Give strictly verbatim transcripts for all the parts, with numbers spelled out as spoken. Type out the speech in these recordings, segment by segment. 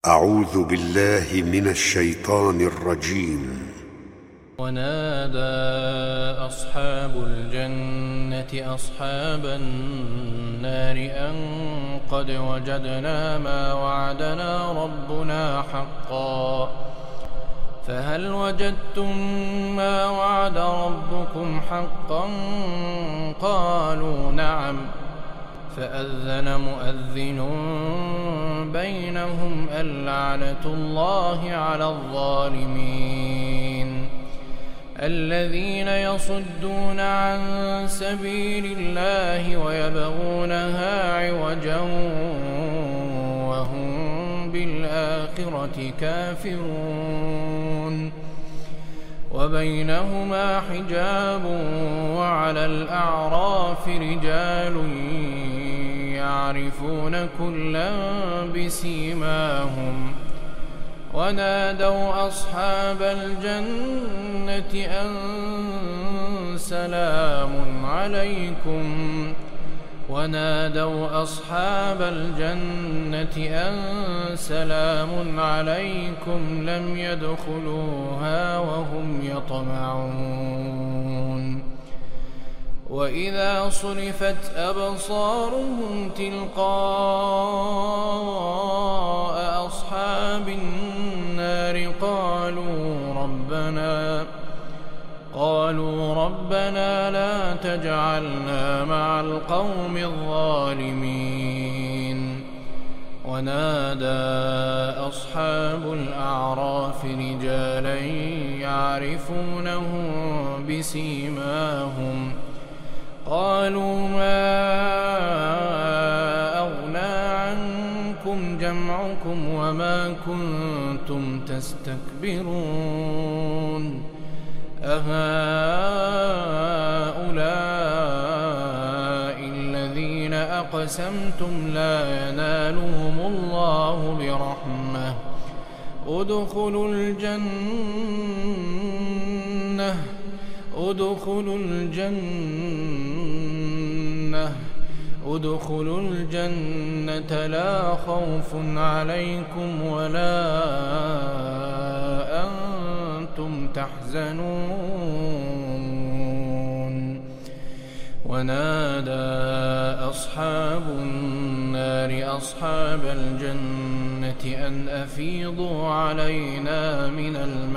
أعوذ بالله من الشيطان الرجيم. ونادى أصحاب الجنة أصحاب النار أن قد وجدنا ما وعدنا ربنا حقا فهل وجدتم ما وعد ربكم حقا قالوا نعم فأذن مؤذن بينهم اللعنة الله على الظالمين الذين يصدون عن سبيل الله ويبغونها عوجا وهم بالآخرة كافرون وبينهما حجاب وعلى الأعراف رجال يعرفون كلا بسيماهم ونادوا أصحاب الجنة أن سلام عليكم ونادوا أصحاب الجنة أن سلام عليكم لم يدخلوها وهم يطمعون وإذا صرفت أبصارهم تلقاء أصحاب النار قالوا ربنا قالوا ربنا لا تجعلنا مع القوم الظالمين ونادى أصحاب الأعراف رجالا يعرفونهم بسيماهم قالوا ما أغنى عنكم جمعكم وما كنتم تستكبرون أهؤلاء الذين أقسمتم لا ينالهم الله برحمة ادخلوا الجنة ادخلوا الجنة ادخلوا الجنة لا خوف عليكم ولا أنتم تحزنون ونادى أصحاب النار أصحاب الجنة أن أفيضوا علينا من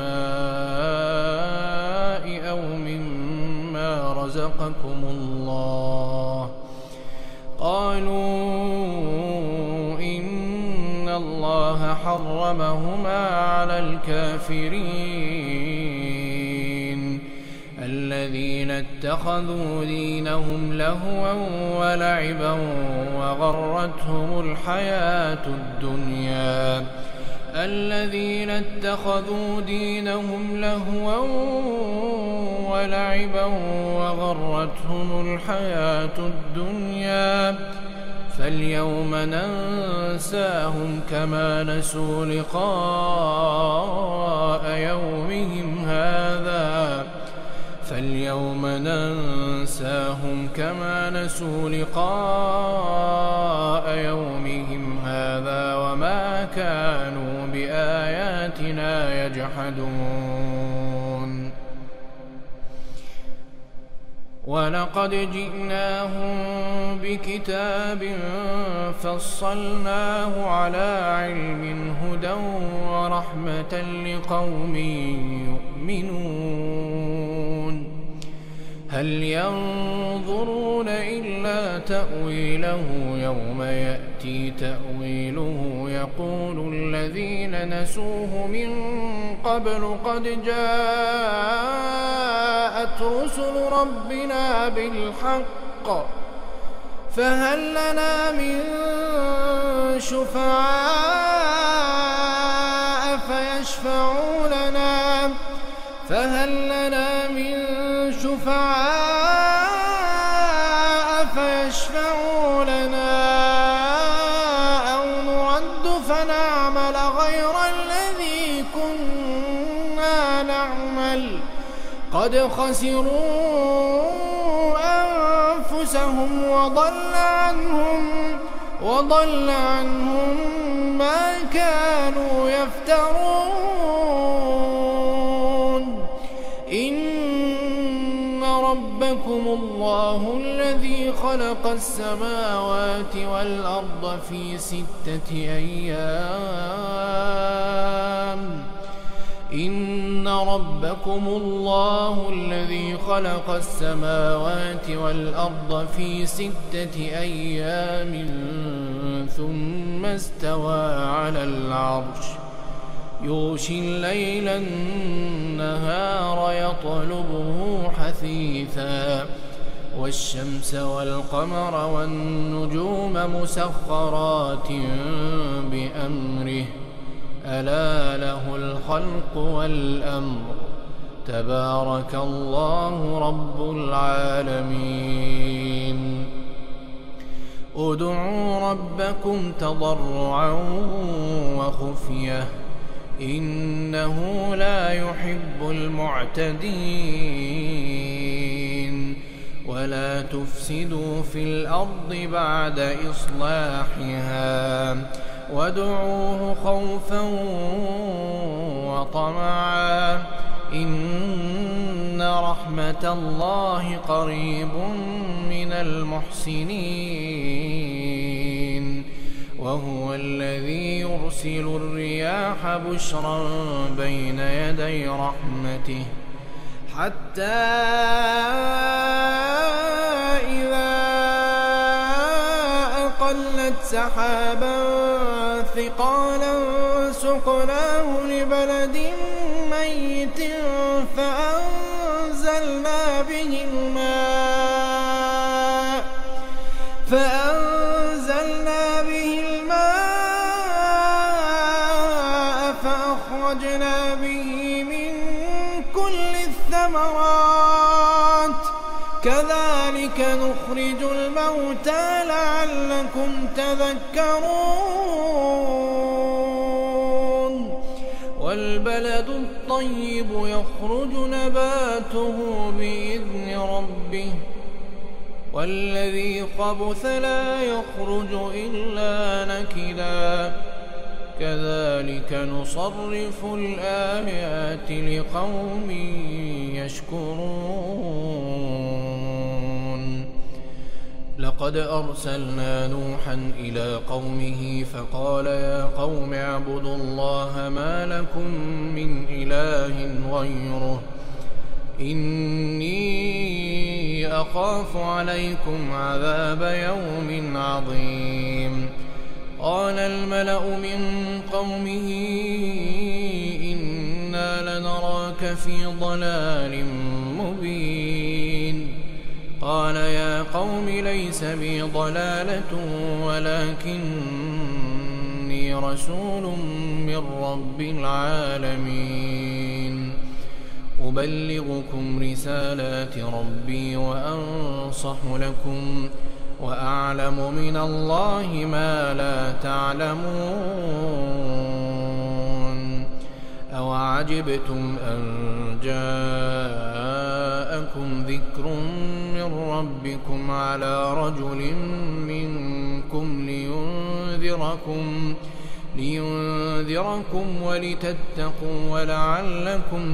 الماء أو مما رزقكم الله قالوا إن الله حرمهما على الكافرين الذين اتخذوا دينهم لهوا ولعبا وغرتهم الحياة الدنيا الذين اتخذوا دينهم لهوا ولعبا وغرتهم الحياة الدنيا فاليوم ننساهم كما نسوا لقاء يومهم هذا فاليوم ننساهم كما نسوا لقاء يومهم هذا وما كانوا بآياتنا يجحدون ولقد جئناهم بكتاب فصلناه على علم هدى ورحمة لقوم يؤمنون هل ينظرون إلا تأويله يوم يأتي تأويله يقول الذين نسوه من قبل قد جاءت رسل ربنا بالحق فهل لنا من شفعاء فيشفعوا لنا فهل لنا من شفعاء فيشفعوا لنا أو نرد فنعمل غير الذي كنا نعمل قد خسروا أنفسهم وضل عنهم وضل عنهم ما كانوا يفترون. إن ربكم الله الذي خلق السماوات والأرض في ستة أيام إن ربكم الله الذي خلق السماوات والأرض في ستة أيام ثم استوى على العرش يغشي الليل النهار يطلبه حثيثا والشمس والقمر والنجوم مسخرات بأمره ألا له الخلق والأمر تبارك الله رب العالمين. ادعوا ربكم تضرعا وخفية إنه لا يحب المعتدين. ولا تفسدوا في الأرض بعد إصلاحها وادعوه خوفا وطمعا إن رحمة الله قريب من المحسنين. وهو الذي يرسل الرياح بشرا بين يدي رحمته حتى إذا أقلت سحابا ثقالا سقناه لبلد ميت فأنزلنا به الماء فأنزلنا به الماء فأخرجنا به من كل الثمرات كذلك نخرج الموتى لعلكم تذكرون. والبلد الطيب يخرج نباته بإذن ربه والذي خبث لا يخرج إلا نكدا كذلك نصرف الآيات لقوم يشكرون. لقد أرسلنا نوحا إلى قومه فقال يا قوم اعبدوا الله ما لكم من إله غيره إني أخاف عليكم عذاب يوم عظيم. قال الملأ من قومه إنا لنراك في ضلال مبين. قال يا قوم ليس بي ضلالة ولكني رسول من رب العالمين أبلغكم رسالات ربي وأنصح لكم وأعلم من الله ما لا تعلمون. أوعجبتم أن جاءكم ذكر من ربكم على رجل منكم لينذركم لينذركم ولتتقوا ولعلكم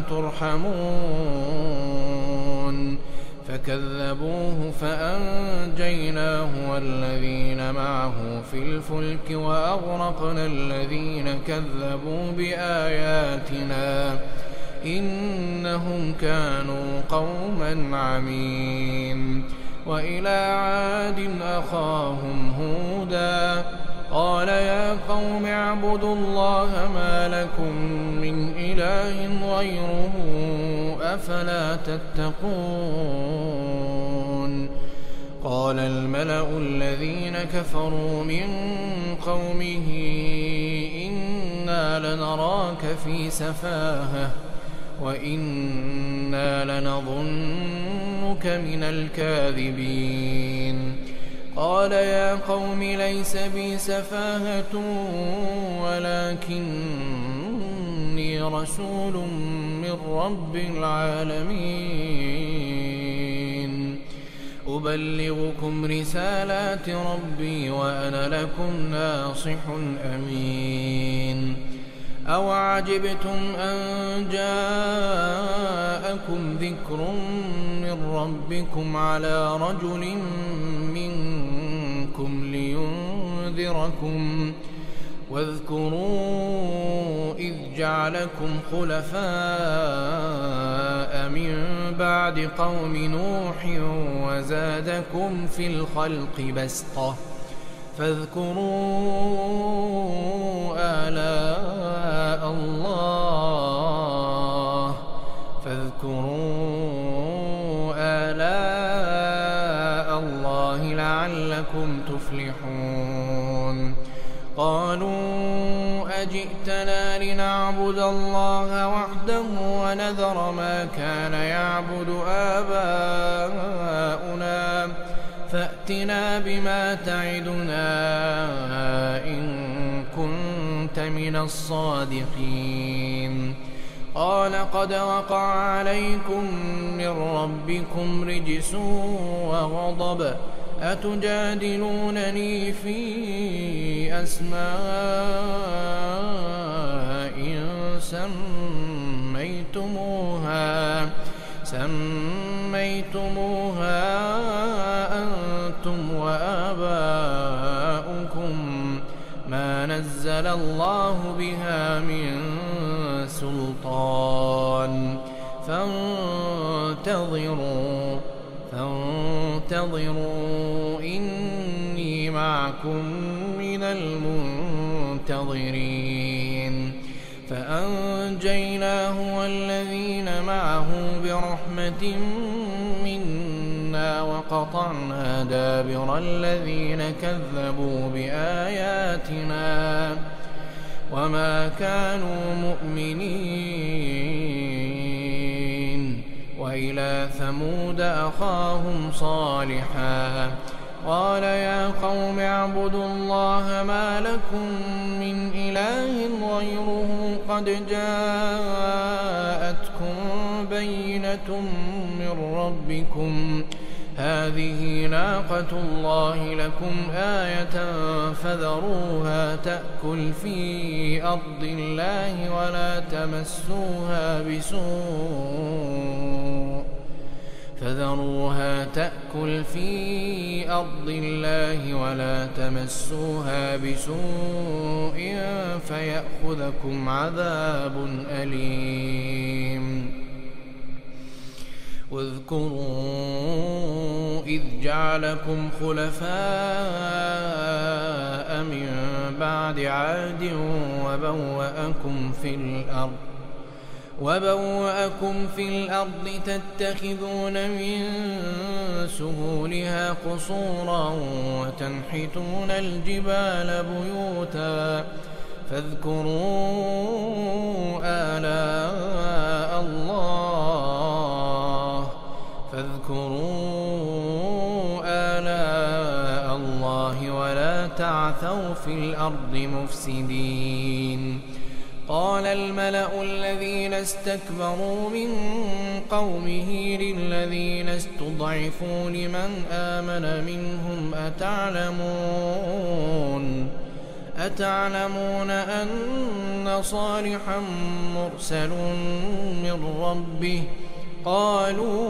ترحمون. فكذبوه فأنجيناه والذين معه في الفلك وأغرقنا الذين كذبوا بآياتنا إنهم كانوا قوما عمين. وإلى عاد أخاهم هودا قال يا قوم اعبدوا الله ما لكم من إله غيره أفلا تتقون. قال الملأ الذين كفروا من قومه إنا لنراك في سفاهة وإنا لنظنك من الكاذبين. قال يا قوم ليس بي سفاهة ولكني رسول من رب العالمين أبلغكم رسالات ربي وأنا لكم ناصح أمين أو عجبتم أن جاءكم ذكر من ربكم على رجل منكم لينذركم واذكروا إذ جعلكم خلفاء من بعد قوم نوح وزادكم في الخلق بسطة فاذكروا آلاء الله فاذكروا آلاء الله لعلكم تفلحون قالوا أجئتنا لنعبد الله وحده ونذر ما كان يعبد آباؤنا فأتنا بما تعدنا إن كنت من الصادقين قال قد وقع عليكم من ربكم رجس وغضب أتجادلونني في أسماء سميتموها سميتموها أنتم وآباؤكم ما نزل الله بها من سلطان فانتظروا فانتظروا إني معكم من المنتظرين فأنجيناه والذين معه برحمة منا وقطعنا دابر الذين كذبوا بآياتنا وما كانوا مؤمنين وإلى ثمود أخاهم صالحا قال يا قوم اعبدوا الله ما لكم من إله غيره قد جاءتكم بينة من ربكم هذه ناقة الله لكم آية فذروها تأكل في أرض الله ولا تمسوها بسوء فذروها تأكل في أرض الله ولا تمسوها بسوء فيأخذكم عذاب أليم واذكروا إذ جعلكم خلفاء من بعد عاد وبوأكم في الأرض وبوأكم في الأرض تتخذون من سهولها قصورا وتنحتون الجبال بيوتا فاذكروا آلاء الله فاذكروا آلاء الله ولا تعثوا في الأرض مفسدين قال الملأ الذين استكبروا من قومه للذين استضعفوا لمن آمن منهم أتعلمون أتعلمون أن صالحا مرسل من ربه قالوا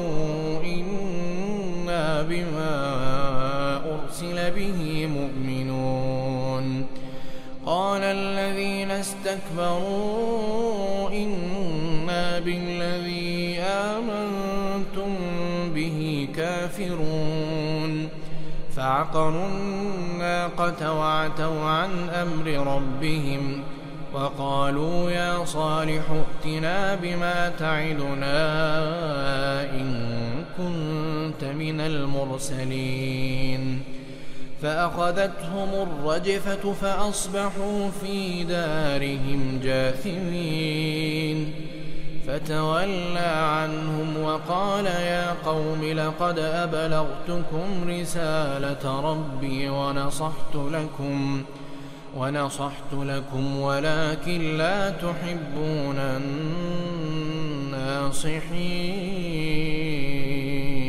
إنا بما أرسل به مؤمنون قال الذين استكبروا إنا بالذي آمنتم به كافرون فعقروا الناقة وعتوا عن أمر ربهم وقالوا يا صالح ائتنا بما تعدنا إن كنت من المرسلين فأخذتهم الرجفة فأصبحوا في دارهم جاثمين فتولى عنهم وقال يا قوم لقد أبلغتكم رسالة ربي ونصحت لكم ونصحت لكم ولكن لا تحبون الناصحين